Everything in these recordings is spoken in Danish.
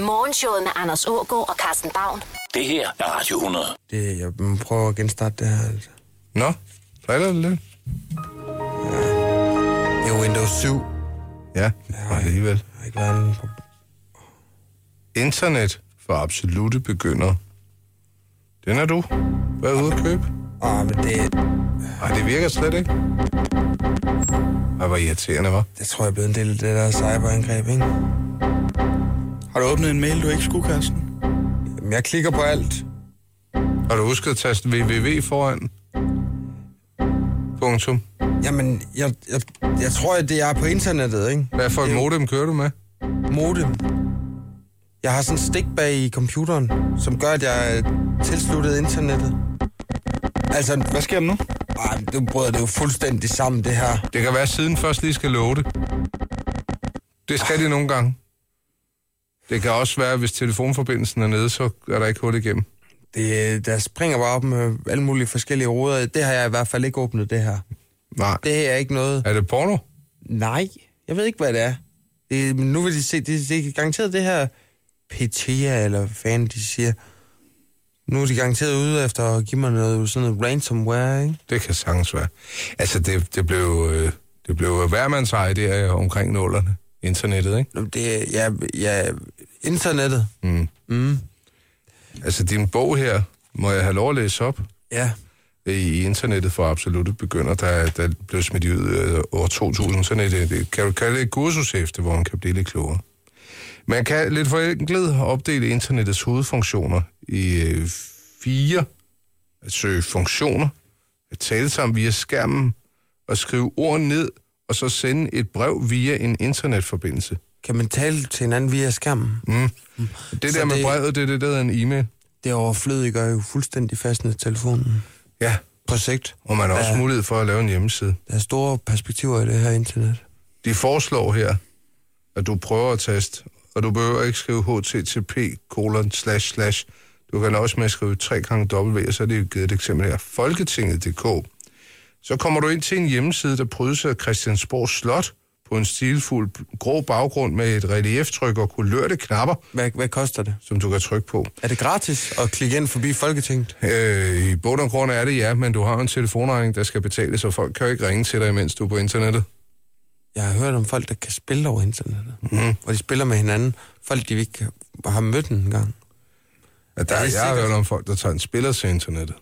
Morgenshowet med Anders Aagaard og Carsten Baum. Det her er Radio 100. Jeg prøver at genstarte det her, altså. Nå, fejler det lidt? Ja. Det er Windows 7. Ja, alligevel. Jeg har ikke været på... Internet for absolute begyndere. Den er du været ude at købe? Men det... Nej, det virker slet ikke. Hvor irriterende, hva'? Det tror jeg er blevet en del af det der cyberangreb, ikke? Har du åbnet en mail, du ikke skulle, Carsten? Jamen, jeg klikker på alt. Har du husket at taste www foran? Punktum. Jamen, jeg tror, at det er på internettet, ikke? Hvad for et modem kører du med? Modem. Jeg har sådan en stik bag i computeren, som gør, at jeg er tilsluttet internettet. Altså, Hvad sker der nu? Du bryder det jo fuldstændig sammen, det her. Det kan være, at siden først lige skal låne det. Det skal de nogle gange. Det kan også være, at hvis telefonforbindelsen er nede, så er der ikke hul igennem. Der springer bare op med alle mulige forskellige ruder. Det har jeg i hvert fald ikke åbnet, det her. Nej. Det er ikke noget... Er det porno? Nej, jeg ved ikke, hvad det er. Nu vil de se, det er garanteret det her PTA, eller hvad fanden de siger. Nu er de garanteret ude efter at give mig noget, sådan noget ransomware, ikke? Det kan sagtens være. Altså, det blev hvermandseje der omkring nullerne. Internettet, ikke? Det er internettet. Mm. Altså, din bog her, må jeg have lov at læse op? Ja. I internettet for absolutte begynder, der blev smidt ud over 2000. Sådan det kan du kalde det et kursushæfte, hvor man kan blive lidt klogere. Man kan lidt forenklet opdele internettets hovedfunktioner i 4. At søge funktioner, at tale sammen via skærmen, og skrive ord ned, og så sende et brev via en internetforbindelse. Kan man tale til hinanden via skærmen? Det der med brevet, det er det, der er en e-mail. Det overflødiggør jo fuldstændig fastnet-telefonen. Ja. På sigt. Og man har også mulighed for at lave en hjemmeside. Der er store perspektiver i det her internet. De foreslår her, at du prøver at taste, og du behøver ikke skrive http:// Du kan også med at skrive 3x W, og så er det jo givet et eksempel her. Folketinget.dk. Så kommer du ind til en hjemmeside, der prydes af Christiansborg Slot på en stilfuld grå baggrund med et relieftryk og kulørte knapper. Hvad koster det? Som du kan trykke på. Er det gratis at klikke ind forbi Folketinget? I bund og grund er det ja, men du har en telefonregning, der skal betales, så folk kan jo ikke ringe til dig, mens du er på internettet. Jeg har hørt om folk, der kan spille over internettet. Hvor de spiller med hinanden. Folk, de ikke har mødt en gang. Ja, jeg har hørt om folk, der tager en spiller til internettet.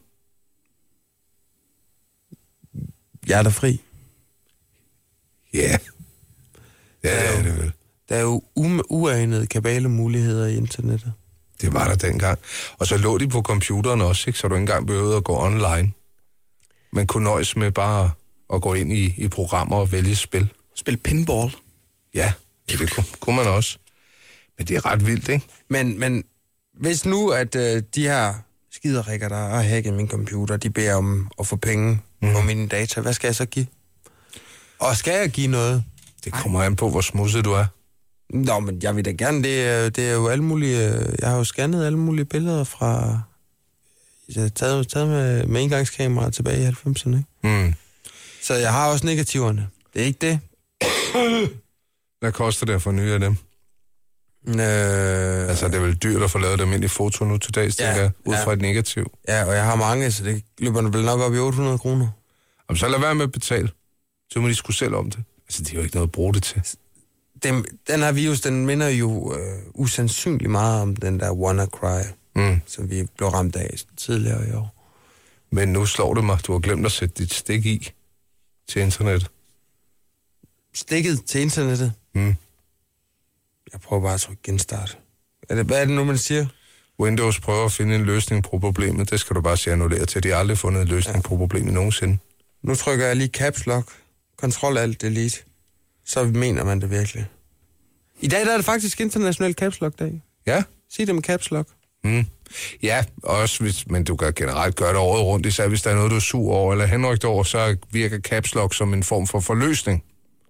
Jeg er der fri. Ja. Ja, det er det vel. Der er jo uanede kabalemuligheder i internettet. Det var der dengang. Og så lå de på computeren også, ikke? Så du ikke engang behøvede at gå online. Man kunne nøjes med bare at gå ind i programmer og vælge spil. Spil pinball? Ja, det kunne man også. Men det er ret vildt, ikke? Men hvis nu, at de her skiderikker, der har hacket min computer, de beder om at få penge på mine data, hvad skal jeg så give? Og skal jeg give noget? Det kommer an på, hvor smudset du er. Nå, men jeg vil da gerne. Det er jo alle mulige... Jeg har jo scannet alle mulige billeder fra... Jeg har taget med engangskamera tilbage i 90'erne, ikke? Så jeg har også negativerne. Det er ikke det. Hvad koster det at få nye af dem? Altså, det er vel dyrt at få lavet dem ind i foto nu til dags, ud fra et negativ. Ja, og jeg har mange, så det løber vel nok op i 800 kroner. Jamen, så lad være med at betale. Så må de sgu selv om det. Altså, det er jo ikke noget at bruge det til. Den her virus, den minder jo usandsynligt meget om den der WannaCry, som vi blev ramt af tidligere i år. Men nu slår det mig, du har glemt at sætte dit stik i til internettet. Stikket til internettet? Jeg prøver bare at trykke genstart. Hvad er det nu, man siger? Windows prøver at finde en løsning på problemet. Det skal du bare sige annullere til. De har aldrig fundet en løsning på problemet nogensinde. Nu trykker jeg lige Caps Lock. Ctrl Alt Delete. Så mener man det virkelig. I dag der er det faktisk international Caps Lock dag. Ja. Sig det med Caps Lock. Ja, også men du kan generelt gøre det året rundt. Især hvis der er noget, du er sur over eller henrygt over, så virker Caps Lock som en form for forløsning.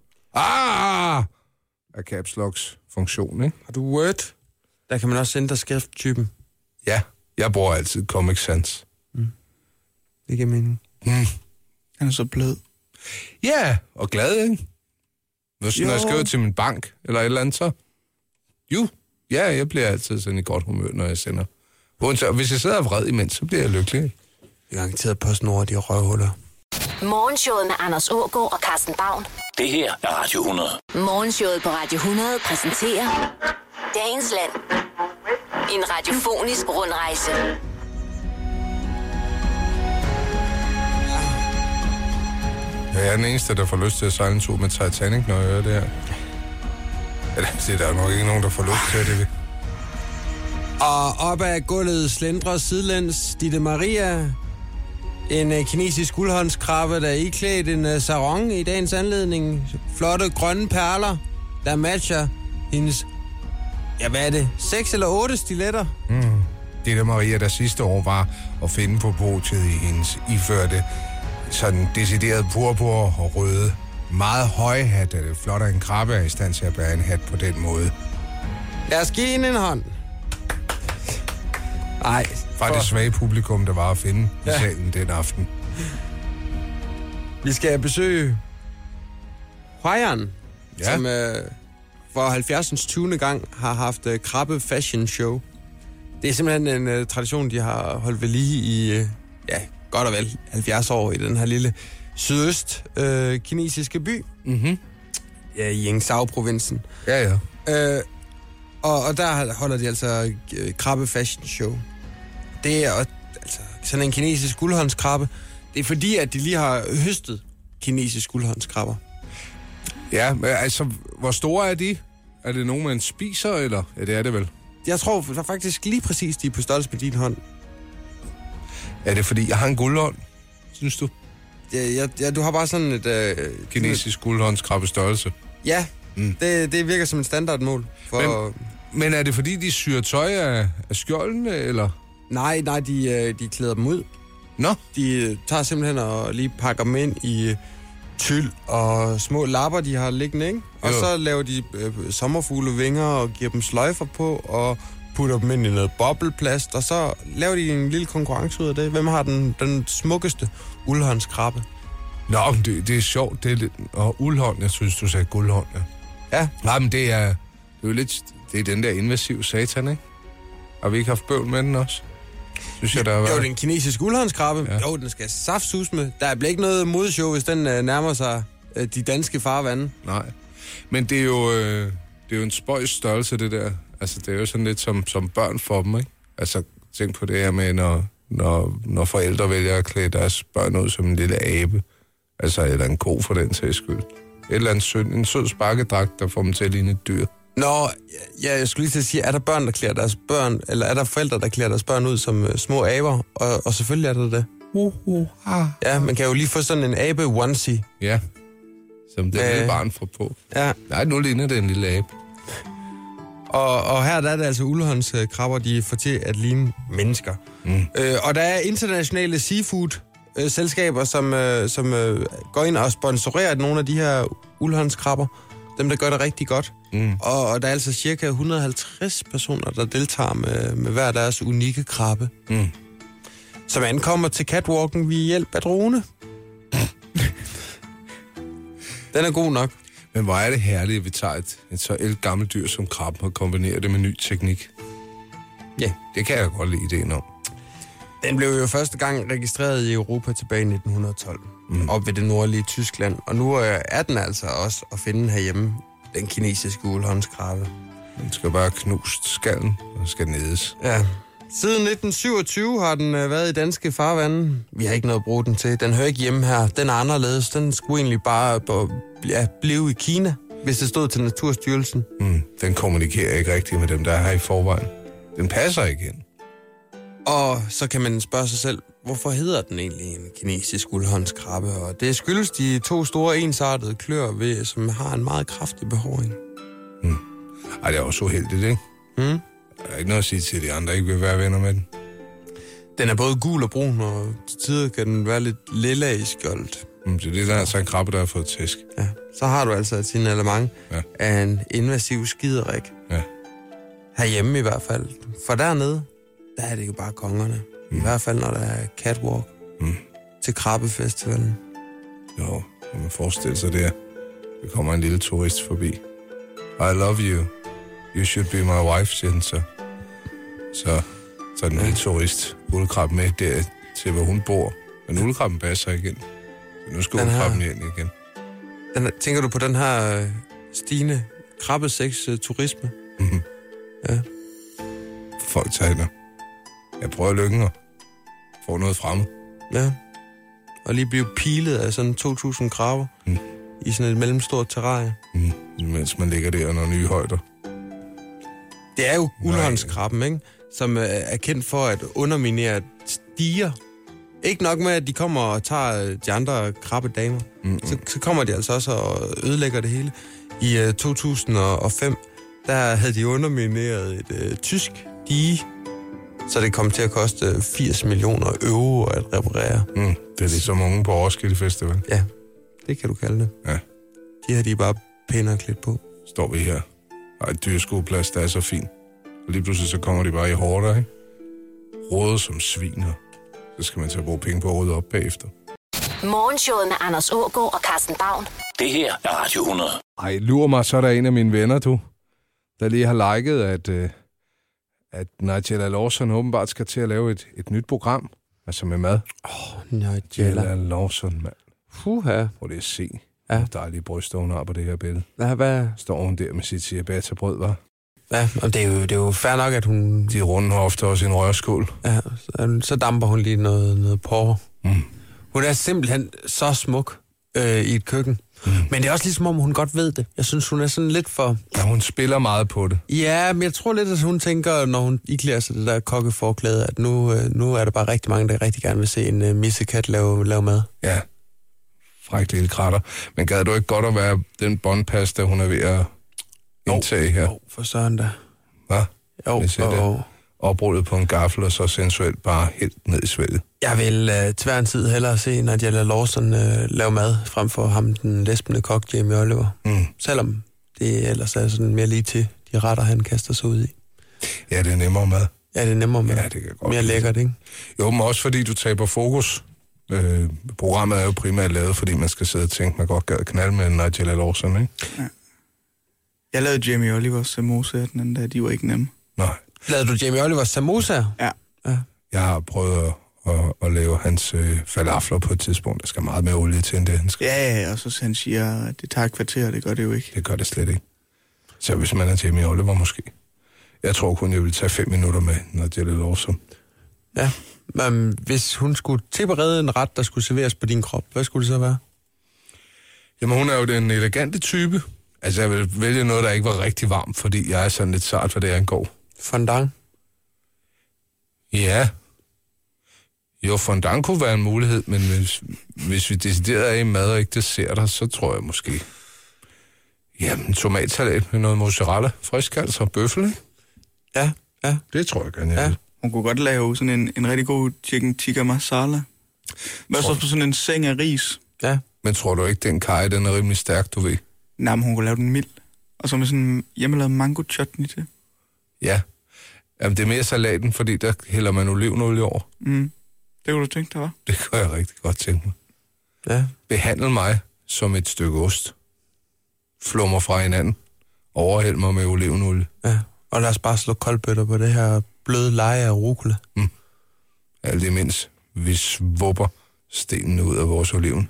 Af Caps Locks funktion, ikke? Har du Word? Der kan man også ændre skrifttypen. Ja, jeg bruger altid Comic Sans. Det giver mening. Han er så blød. Ja, og glad, ikke? Når jeg skriver til min bank, eller et eller andet, så... Ja, jeg bliver altid sådan i godt humør, når jeg sender. Og hvis jeg sidder vred imens, så bliver jeg lykkelig. Jeg er garanteret på snor, de røvhuller. Morgenshowet med Anders Aagaard og Carsten Baum. Det her er Radio 100. Morgenshowet på Radio 100 præsenterer Dagens Land. En radiofonisk rundrejse. Jeg er den eneste, der får lyst til at sejle en tur med Titanic, når jeg hører det her. Eller, det er der nok ikke nogen, der får lyst til det. Og op ad gulvet slendrer sidelæns Ditte Maria, en kinesisk guldhåndskrabbe, der er iklædt en sarong i dagens anledning. Flotte grønne perler, der matcher hendes, 6 eller 8 stiletter. Ditte Maria, der sidste år var at finde på podiet i hendes iførte sådan decideret purpur og røde, meget høje hat, det flot, at en krabbe er i stand til at bære en hat på den måde. Lad os give hende en hånd. Ej, fra det svage publikum, der var at finde i salen den aften. Vi skal besøge Huaiyan, som for 70. 20. gang har haft krabbe fashion show. Det er simpelthen en tradition, de har holdt ved lige i, godt og vel 70 år i den her lille sydøst kinesiske by. Mhm. Ja, i Yingzhou-provinsen. Ja. Og der holder de altså krabbe fashion show. Det er altså sådan en kinesisk guldhåndskrabbe. Det er fordi, at de lige har høstet kinesisk guldhåndskrabber. Ja, men altså, hvor store er de? Er det nogen, man spiser, eller? Ja, det er det vel. Jeg tror faktisk lige præcis, de er på størrelse med din hånd. Er det fordi, jeg har en guldhånd, synes du? Ja, du har bare sådan et... kinesisk guldhåndskrabbe størrelse. Ja, det virker som et standardmål. Men er det fordi, de syr tøj af skjoldene, eller? Nej, de klæder dem ud. Nå? De tager simpelthen og lige pakker dem ind i tyld og små lapper, de har liggende, ikke? Og så laver de sommerfuglevinger og giver dem sløjfer på og putter dem ind i noget bobleplast, og så laver de en lille konkurrence ud af det. Hvem har den smukkeste uldhåndskrabbe? Nå, det er sjovt. Det er lidt... Og uldhånd, jeg synes, du sagde guldhånd, ja. Nej, men det er jo lidt... Det er den der invasive satan, ikke? Har vi ikke haft bøvl med den også? Synes jeg, der var... Jo, den kinesiske uldhåndskrabbe. Ja. Jo, den skal saftsus med. Der bliver ikke noget modshow, hvis den nærmer sig de danske farvande. Nej, men det er jo en spøjs størrelse, det der. Altså, det er jo sådan lidt som børn for dem, ikke? Altså, tænk på det her med, når forældre vælger at klæde deres børn ud som en lille abe. Altså, eller en ko for den sags skyld. En sød sparkedragt, der får dem til at ligne et dyr. Nå, ja, jeg skulle lige til at sige, er der børn, der klæder deres børn, eller er der forældre, der klæder deres børn ud som små aber? Og selvfølgelig er det det. Ja, man kan jo lige få sådan en abe-onesie. Ja, som det lille barn får på. Ja. Nej, nu ligner det en lille abe. Og her der er det altså uldhåndskrabber, de får til at ligne mennesker. Og der er internationale seafood-selskaber, som går ind og sponsorerer nogle af de her uldhåndskrabber. Dem, der gør det rigtig godt. Og der er altså cirka 150 personer, der deltager med hver deres unikke krabbe. Som ankommer til catwalken ved hjælp af drone. Den er god nok. Men hvor er det herligt, at vi tager et så gammelt dyr som krabben og kombinerer det med ny teknik. Ja. Det kan jeg godt lide ideen om. Den blev jo første gang registreret i Europa tilbage i 1912. Op ved det nordlige Tyskland. Og nu er den altså også at finde herhjemme, den kinesiske uldhåndskrabbe. Den skal bare knust skallen og skal nedes. Ja. Siden 1927 har den været i danske farvande. Vi har ikke noget at bruge den til. Den hører ikke hjemme her. Den er anderledes. Den skulle egentlig bare blive i Kina, hvis det stod til Naturstyrelsen. Den kommunikerer ikke rigtigt med dem, der er her i forvejen. Den passer ikke ind. Og så kan man spørge sig selv, hvorfor hedder den egentlig en kinesisk uldhåndskrabbe? Og det skyldes de 2 store ensartede klør, som har en meget kraftig behåring. Ej, det er også uheldigt, ikke? Der er ikke noget at sige til, at de andre ikke vil være venner med den. Den er både gul og brun, og til tider kan den være lidt lilla i skjoldet. Det er altså en krabbe, der har fået tæsk. Ja, så har du altså et signalement af en invasiv skiderik. Ja. Herhjemme i hvert fald. For dernede, der er det jo bare kongerne. I hvert fald, når der er catwalk til krabbefestivalen. Jo, man forestiller sig det. Der kommer en lille turist forbi. I love you. You should be my wife, siger den så. Så er den en turist ulekrabben med der til, hvor hun bor. Men ulekrabben passer igen. Så nu skal ulekrabben hjem igen. Tænker du på den her stigende krabbesex-turisme? Mm-hmm. Ja. Folk tager det. Jeg prøver lykken og får noget fremme. Ja. Og lige blive pilet af sådan 2.000 krabber i sådan et mellemstort terrarie. Mens man ligger der under nye højder. Det er jo uldhåndskrabben, ikke? Som er kendt for at underminere stiger. Ikke nok med, at de kommer og tager de andre krabbedamer. Så kommer de altså også og ødelægger det hele. I 2005, der havde de undermineret et tysk dige, så det kom til at koste 80 millioner euro at reparere. Det er ligesom unge på Roskilde Festival. Ja, det kan du kalde det. Ja. De har de bare pænere klædt på. Står vi her. Der er et dyreskueplads, der er så fint. Og lige pludselig så kommer de bare i hårder, ikke? Rådet som sviner. Så skal man til at bruge penge på at rydde op bagefter. Morgenshowet med Anders Aagaard og Carsten Baum. Det her er Radio 100. Ej, lurer mig, så er der en af mine venner, der lige har liket, at Nigella Lawson åbenbart skal til at lave et nyt program. Altså med mad. Nigella Lawson, mand. Puha. Prøv lige at se. Ja. Hvor dejlige bryster hun har på det her billede. Ja, hvad? Står hun der med sit ciabatta-brød, var? Ja, og det er jo fair nok, at hun... De runde har ofte også en rørskål. Ja, så damper hun lige noget porre. Hun er simpelthen så smuk i et køkken. Men det er også ligesom om, hun godt ved det. Jeg synes, hun er sådan lidt for... Ja, hun spiller meget på det. Ja, men jeg tror lidt, at hun tænker, når hun iklæder sig det der kokkeforklæde, at nu er der bare rigtig mange, der rigtig gerne vil se en missekat lave mad. Ja, frækt lille kratter. Men gad du ikke godt at være den båndpasta, hun er ved at indtage her? Jo, for søren da. Hvad? Jo, Oprullet på en gaffel, og så sensuelt bare helt ned i svælget. Jeg vil til hver en tid hellere se Nigella Lawson lave mad, frem for ham, den lesbende kok, Jamie Oliver. Selvom det ellers er sådan mere lige til de retter, han kaster sig ud i. Ja, det er nemmere mad. Ja, det er nemmere mad. Ja, det kan godt mere lækkert, ikke? Jo, men også fordi du taber fokus. Programmet er jo primært lavet, fordi man skal sidde og tænke, man godt gad knalde med Nigella Lawson, ikke? Ja. Jeg lavede Jamie Olivers samosa den anden dag, de var ikke nemme. Nej. Lavede du Jamie Olivers samosa? Ja. Jeg har prøvet at lave hans falafler på et tidspunkt. Der skal meget mere olie til, end det han skal. Ja, og så han siger, at det tager et kvarter, det gør det jo ikke. Det gør det slet ikke. Så hvis man er Jamie Oliver måske. Jeg tror kun, jeg ville tage 5 minutter med, når det er lidt awesome. Ja, men hvis hun skulle tilberede en ret, der skulle serveres på din krop, hvad skulle det så være? Jamen, hun er jo den elegante type. Altså, jeg vil vælge noget, der ikke var rigtig varmt, fordi jeg er sådan lidt sart, hvad det angår. Fondant? Ja. Jo, fondant kunne være en mulighed, men hvis vi decideret er i mad og ikke desserter, så tror jeg måske... Jamen, tomatsalat med noget mozzarella, frisk altså, bøffel, ikke? Ja. Det tror jeg gerne, jeg vil. Hun kunne godt lave sådan en rigtig god chicken tikka masala. Hvad så på sådan en seng af ris? Ja. Men tror du ikke, den kaj, den er rimelig stærk, du ved? Nej, men hun kunne lave den mild. Og så med sådan en hjemmelavet mango chutney til. Ja. Jamen, det er mere salaten, fordi der hælder man olivenolie over. Det kunne du tænke dig, var? Det kunne jeg rigtig godt tænke mig. Ja. Behandle mig som et stykke ost. Flummer fra hinanden. Overhæld mig med olivenolie. Ja, og lad os bare slå koldbøtter på det her bløde leje af rucola. Alt imens vi svupper stenene ud af vores oliven.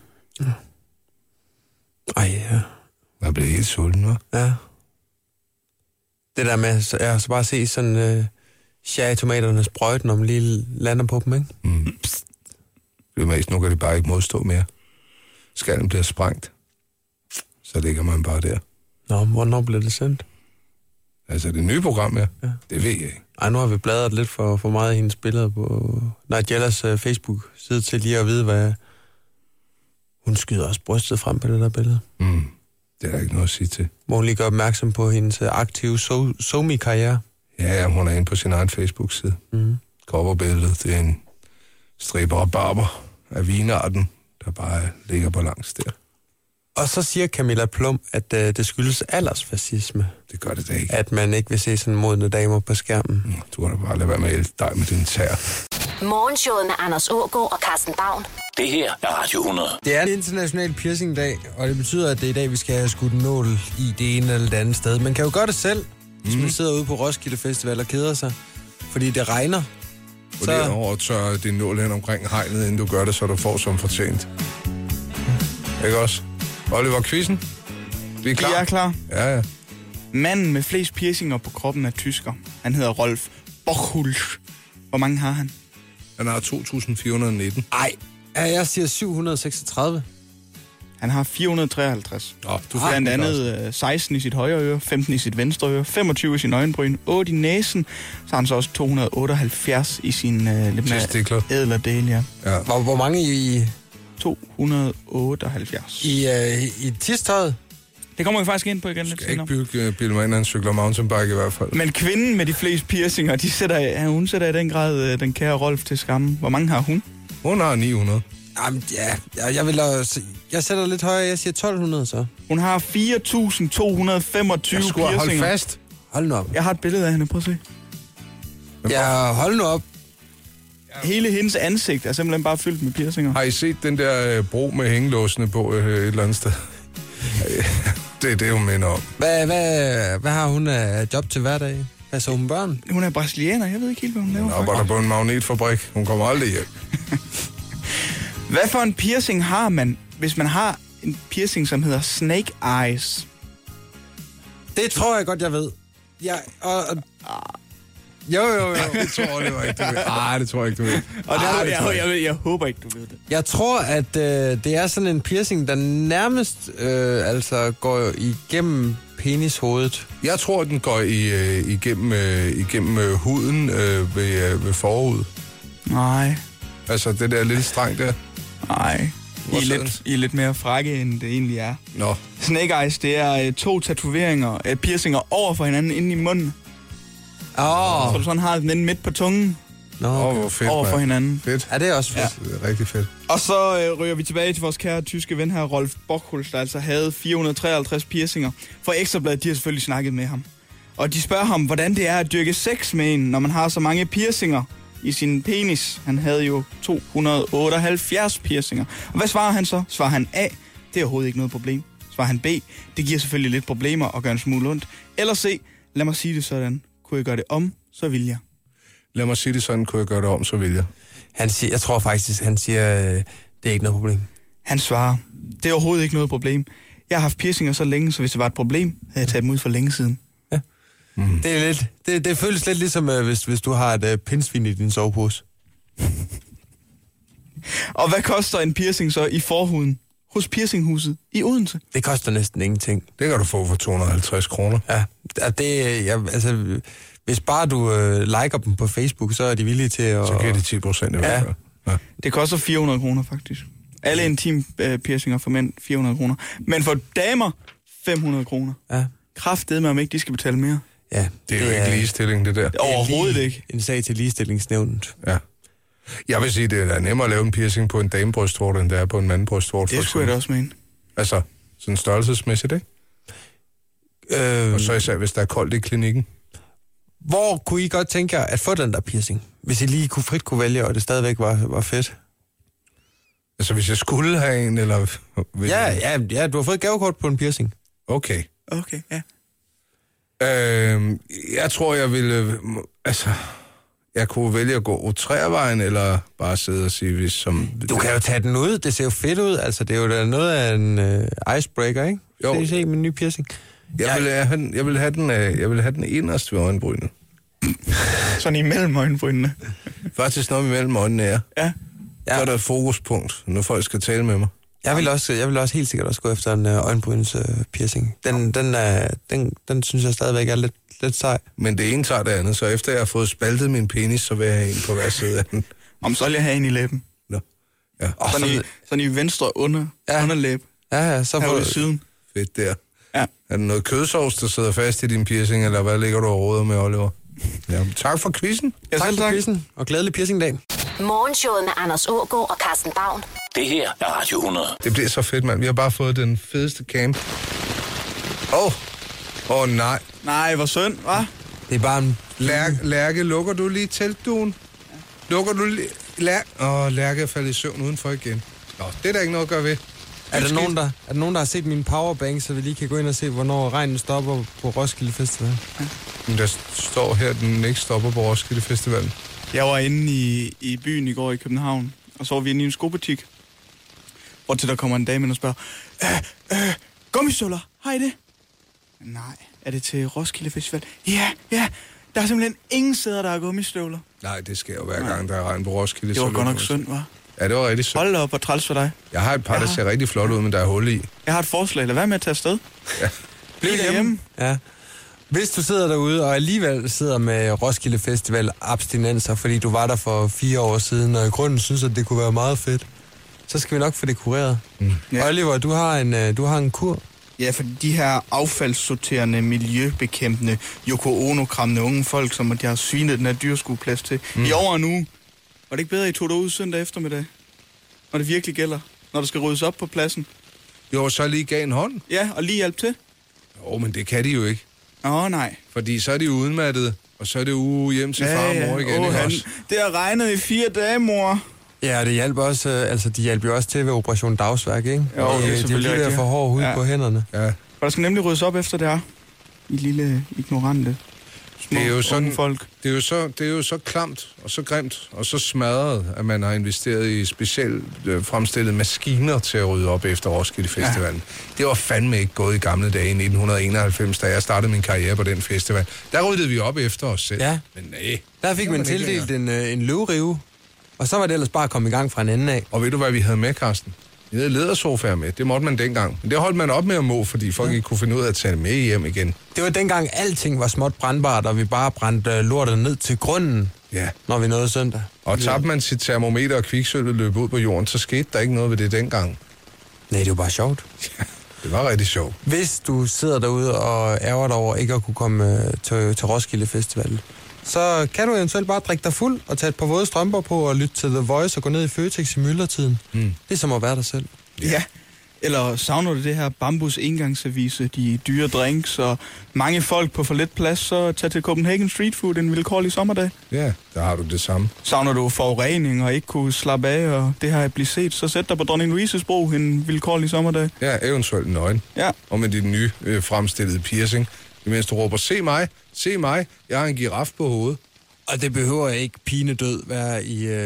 Ej, ja. Jeg bliver helt sulten, hva'? Ja. Det der med, så bare se sådan cherrytomaterne sprøjte, når man lige lander på dem, ikke? Det er mest, nu kan de bare ikke modstå mere. Skallen bliver sprængt. Så ligger man bare der. Nå, hvornår bliver det sendt? Altså, det nye program, ja. Det ved jeg ikke. Ej, nu har vi bladret lidt for meget af hendes billeder på Nigellas Facebook-side til lige at vide, hvad... Hun skyder også brystet frem på det der billede. Det er der ikke noget at sige til. Hvor hun lige gør opmærksom på hendes aktive somi-karriere. Ja, hun er inde på sin egen Facebook-side. Coverbilledet, det er en striber og barber af vinarten, der bare ligger på langs der. Og så siger Camilla Plum, at det skyldes aldersfascisme. Det gør det da ikke. At man ikke vil se sådan modne damer på skærmen. Du kan da bare lade være med at ælde dig med din tær. Morgenshowet med Anders Aagaard og Carsten Baum. Det her er Radio 100. Det er en international piercing-dag, og det betyder, at det er i dag, vi skal have skudt en nål i det ene eller det andet sted. Man kan jo gøre det selv. Hvis man sidder ude på Roskilde Festival og keder sig, fordi det regner. Og derovre tørrer din nål hen omkring hegnet, inden du gør det, så du får som fortjent. Ikke også? Oliver, quizzen? Vi er klar? Vi er klar. Ja. Manden med flest piercinger på kroppen er tysker. Han hedder Rolf Bockhuls. Hvor mange har han? Han har 2.419. Ej, jeg siger 736. Han har 453. Du Blandt andet 16 i sit højre øre, 15 i sit venstre øre, 25 i sin øjenbryn, 8 i næsen. Så har han så også 278 i sin lidt mere ædler del, ja. Hvor mange i... 278. I tidstøjet? Det kommer vi faktisk ind på igen lidt senere. Skal ikke bilde mig ind, han cykler mountainbike i hvert fald. Men kvinden med de fleste piercinger, hun sætter i den grad den kære Rolf til skamme. Hvor mange har hun? Hun har 900. Jamen, jeg sætter lidt højere. Jeg siger 1200 så. Hun har 4.225 piercinger. Hold fast. Hold nu op. Jeg har et billede af hende. Prøv at se. Ja, hold nu op. Hele hendes ansigt er simpelthen bare fyldt med piercinger. Har I set den der bro med hængelåsene på et eller andet sted? Det er det, hun minder om. Hvad har hun af job til hverdag? Altså hun børn? Hun er brasilianer, jeg ved ikke helt, hvad hun laver. Hun arbejder på en magnetfabrik. Hun kommer aldrig hjem. Hvad for en piercing har man, hvis man har en piercing, som hedder snake eyes? Det tror jeg godt, jeg ved. Jo. Det tror jeg ikke, du ved. Det tror jeg ikke, du ved. Og jeg håber ikke, du ved det. Jeg tror, at det er sådan en piercing, der nærmest går igennem penishovedet. Jeg tror, den går igennem huden ved forhud. Nej. Altså det der lille streng der. Nej. I er lidt mere frække, end det egentlig er. Nå. Snake eyes, det er 2 tatoveringer, piercinger over for hinanden inde i munden. Så du sådan har den inde midt på tungen. Hvor fedt, over for hinanden. Fedt. Ja, det er også fedt. Ja. Det er rigtig fedt. Og så ryger vi tilbage til vores kære tyske ven her, Rolf Bockhuls, der altså havde 453 piercinger. For Ekstrabladet, de har selvfølgelig snakket med ham. Og de spørger ham, hvordan det er at dyrke sex med en, når man har så mange piercinger i sin penis. Han havde jo 278 piercinger. Og hvad svarer han så? Svarer han A, det er overhovedet ikke noget problem. Svarer han B, det giver selvfølgelig lidt problemer og gør en smule ondt. Eller C, lad mig sige det sådan. Kunne jeg gøre det om, så vil jeg. Lad mig sige det sådan, kunne jeg gøre det om, så vil jeg. Jeg tror faktisk, han siger, det er ikke noget problem. Han svarer, det er overhovedet ikke noget problem. Jeg har haft piercinger så længe, så hvis det var et problem, havde jeg taget dem ud for længe siden. Ja. Det er lidt, det føles lidt ligesom, hvis du har et pindsvin i din sovepose. Og hvad koster en piercing så i forhuden hos piercinghuset i Odense? Det koster næsten ingenting. Det kan du få for 250 kroner. Ja, hvis bare du liker dem på Facebook, så er de villige til at... Så giver de 10% i hvert fald. Ja. Det koster 400 kroner faktisk. Alle intim piercinger for mænd 400 kroner. Men for damer 500 kroner. Ja. Kraftedeme om ikke de skal betale mere. Ja, det er jo ikke ligestilling, det der. Overhovedet ikke. En sag til ligestillingsnævnet. Ja. Jeg vil sige, det er nemmere at lave en piercing på en damebrystvort, end det er på en mandbrystvort. Det skulle jeg da også mene. Altså, sådan størrelsesmæssigt, ikke? Og så især, hvis der er koldt i klinikken. Hvor kunne I godt tænke jer at få den der piercing? Hvis I lige frit kunne vælge, og det stadigvæk var fedt. Altså, hvis jeg skulle have en, eller... Ja, du har fået et gavekort på en piercing. Okay, ja. Jeg tror, jeg ville... Jeg kunne vælge at gå utrærvejen, eller bare sidde og sige, hvis som... Du kan jo tage den ud, det ser jo fedt ud. Altså, det er jo da noget af en icebreaker, ikke? Jo. Skal I se min nye piercing? Jeg vil have den inderst ved øjenbrynet. Sådan imellem øjenbrynene? Faktisk noget imellem øjnene, ja. Ja. Så er der et fokuspunkt, når folk skal tale med mig. Jeg vil også helt sikkert også gå efter en øjenbryns piercing. Den synes jeg stadigvæk er lidt sej. Men det ene tager det andet, så efter jeg har fået spaltet min penis, så vil jeg have en på hver side af den. Så vil jeg have en i læben. Nå. Ja. Sådan i venstre underlæb. Ja, så får du siden. Fedt der. Ja. Er der noget kødsovs, der sidder fast i din piercing, eller hvad ligger du og råder med, Oliver? Ja, tak for quizzen. Ja, tak for quizzen, og glædelig piercingdag. Morgenshowet med Anders Aagaard og Carsten Baum. Det her er Radio 100. Det bliver så fedt, mand. Vi har bare fået den fedeste camp. Nej. Nej, hvor synd, hva'? Det er bare en... Lærke, lukker du lige teltduen? Ja. Lukker du lige... Lærke er faldet i søvn udenfor igen. Nå, det er der ikke noget at gøre ved. Er der nogen, der har set min powerbank, så vi lige kan gå ind og se, hvornår regnen stopper på Roskilde Festival? Ja. Men der står her, at den ikke stopper på Roskilde Festivalen. Jeg var inde i byen i går i København, og så var vi inde i en skobutik, hvor til der kommer en dame ind og spørger, gummistøvler, har I det? Nej, er det til Roskilde Festival? Ja, der er simpelthen ingen steder, der er gummistøvler. Nej, det sker jo hver gang, der er regn på Roskilde. Det var godt nok synd, hva'? Ja, det var rigtig synd. Hold da op og træls for dig. Jeg har et par, der ser rigtig flot ud, men der er hul i. Jeg har et forslag. Lad være med at tage afsted. Ja. Bliv derhjemme. Ja. Hvis du sidder derude og alligevel sidder med Roskilde Festival abstinenser, fordi du var der for 4 år siden, og i grunden synes, at det kunne være meget fedt, så skal vi nok få det kureret. Ja. Oliver, du har en kur. Ja, for de her affaldssorterende, miljøbekæmpende, Yoko Ono-krammende unge folk, som de har svinet den her dyrskueplads til i over en uge. Var det ikke bedre, I tog derud søndag eftermiddag? Når det virkelig gælder. Når der skal ryddes op på pladsen. Jo, så lige gav en hånd. Ja, og lige hjælp til. Jo, men det kan de jo ikke. Nej. Fordi så er de udmattede, og så er det hjem til far og mor igen. Også. Det har regnet i 4 dage, mor. Ja, det hjalp også, de hjalp jo også til ved Operation Dagsværk, ikke? Jo, det er de selvfølgelig bliver for hård hud på hænderne. Ja. For der skal nemlig ryddes op efter det her. I lille, ignorante, små, det er jo sådan, folk. Det er jo så klamt, og så grimt, og så smadret, at man har investeret i specielt fremstillede maskiner til at rydde op efter Roskilde Festivalen. Ja. Det var fandme ikke gået i gamle dage i 1991, da jeg startede min karriere på den festival. Der ryddede vi op efter os selv. Ja. Men nej. Der fik man tildelt en løvrive, og så var det ellers bare at komme i gang fra en ende af. Og ved du, hvad vi havde med, Carsten? Vi havde ledersofaer med. Det måtte man dengang. Men det holdt man op med at må, fordi folk ikke kunne finde ud af at tage det med hjem igen. Det var dengang, alting var småt brandbart, og vi bare brændte lortet ned til grunden, når vi nåede søndag. Og tabte man sit termometer og kviksølvet løb ud på jorden, så skete der ikke noget ved det dengang. Nej, det var bare sjovt. Ja, det var rigtig sjovt. Hvis du sidder derude og ærger dig over ikke at kunne komme til Roskilde Festival, så kan du eventuelt bare drikke dig fuld og tage et par våde strømper på og lytte til The Voice og gå ned i Føtex i myldretiden. Det er som at være dig selv. Ja. Eller savner du det her bambus engangsservice, de dyre drinks og mange folk på for lidt plads, så tag til Copenhagen Street Food en vilkårlig sommerdag. Ja, der har du det samme. Savner du forurening og ikke kunne slappe af, og det har jeg blivet set, så sæt dig på Dronning Louises Bro en vilkårlig sommerdag. Ja, eventuelt nøgen. Ja. Og med dit nye fremstillede piercing. Imens du råber, se mig, jeg har en giraf på hovedet. Og det behøver ikke pinedød være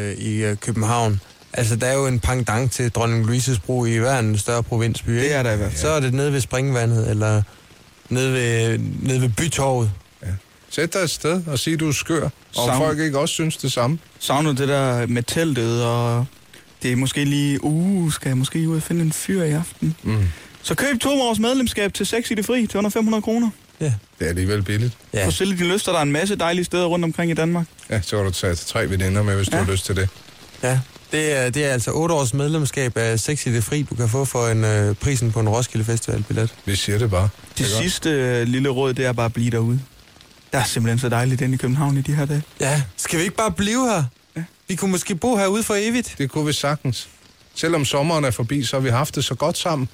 i København. Altså, der er jo en pendant til Dronning Louises Bro i hver en større provinsby. Det er der i hvert fald. Så er det nede ved Springvandet, eller nede ved Bytorvet. Ja. Sæt dig et sted og sig, du er skør. Og folk ikke også synes det samme. Savner det der med teltet, og det er måske lige, skal jeg måske ud og finde en fyr i aften. Så køb 2 års medlemskab til Sex i det Fri til under 500 kroner. Ja. Det er alligevel billigt. Ja. For sælge dine lyster, der er en masse dejlige steder rundt omkring i Danmark. Ja, så kan du tage 3 veninder med, hvis du har lyst til det. Ja, det er altså 8 års medlemskab af Sex i det Fri, du kan få for prisen på en Roskilde Festival-billet. Vi siger det bare. Det sidste lille råd, det er bare at blive derude. Der er simpelthen så dejligt inde i København i de her dage. Ja, skal vi ikke bare blive her? Ja. Vi kunne måske bo herude for evigt. Det kunne vi sagtens. Selvom sommeren er forbi, så har vi haft det så godt sammen.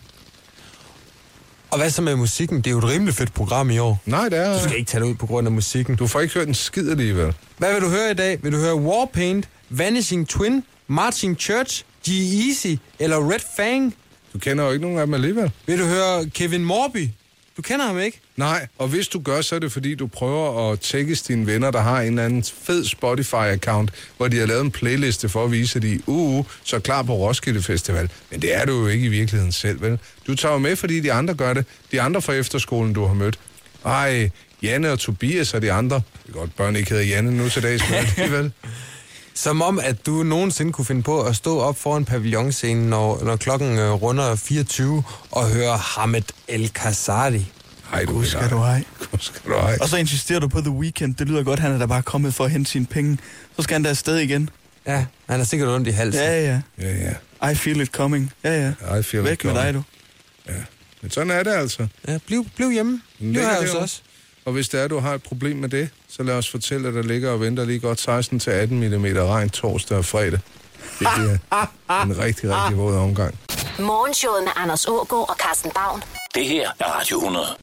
Og hvad så med musikken? Det er jo et rimelig fedt program i år. Nej, det er... Du skal ikke tage det ud på grund af musikken. Du får ikke hørt en skid alligevel. Hvad vil du høre i dag? Vil du høre Warpaint, Vanishing Twin, Marching Church, G-Eazy eller Red Fang? Du kender jo ikke nogen af dem alligevel. Vil du høre Kevin Morby? Du kender ham ikke? Nej, og hvis du gør, så er det fordi, du prøver at tækkes dine venner, der har en eller anden fed Spotify-account, hvor de har lavet en playliste for at vise, at de så er klar på Roskilde Festival. Men det er du jo ikke i virkeligheden selv, vel? Du tager jo med, fordi de andre gør det. De andre fra efterskolen, du har mødt. Ej, Janne og Tobias og de andre. Det er godt, børn ikke hedder Janne nu til dags, men alligevel. Som om, at du nogensinde kunne finde på at stå op foran pavillonscenen, når klokken runder 24, og høre Hamed El-Kazari. Hej, du skal du hej. Og så insisterer du på The Weeknd. Det lyder godt, han er da bare kommet for at hente sine penge. Så skal han da afsted igen. Ja, han er sikkert ondt i halsen. Ja. I feel it coming. Ja. I feel Væk it coming. med dig, du. Ja, men sådan er det altså. Ja, bliv hjemme. Bliv her hos os. Og hvis det er, du har et problem med det, så lad os fortælle, at der ligger og venter lige godt 16-18 mm regn torsdag og fredag. Det er en rigtig, rigtig våd omgang. Morgenshowet med Anders Aagaard og Carsten Baum. Det her er Radio 100.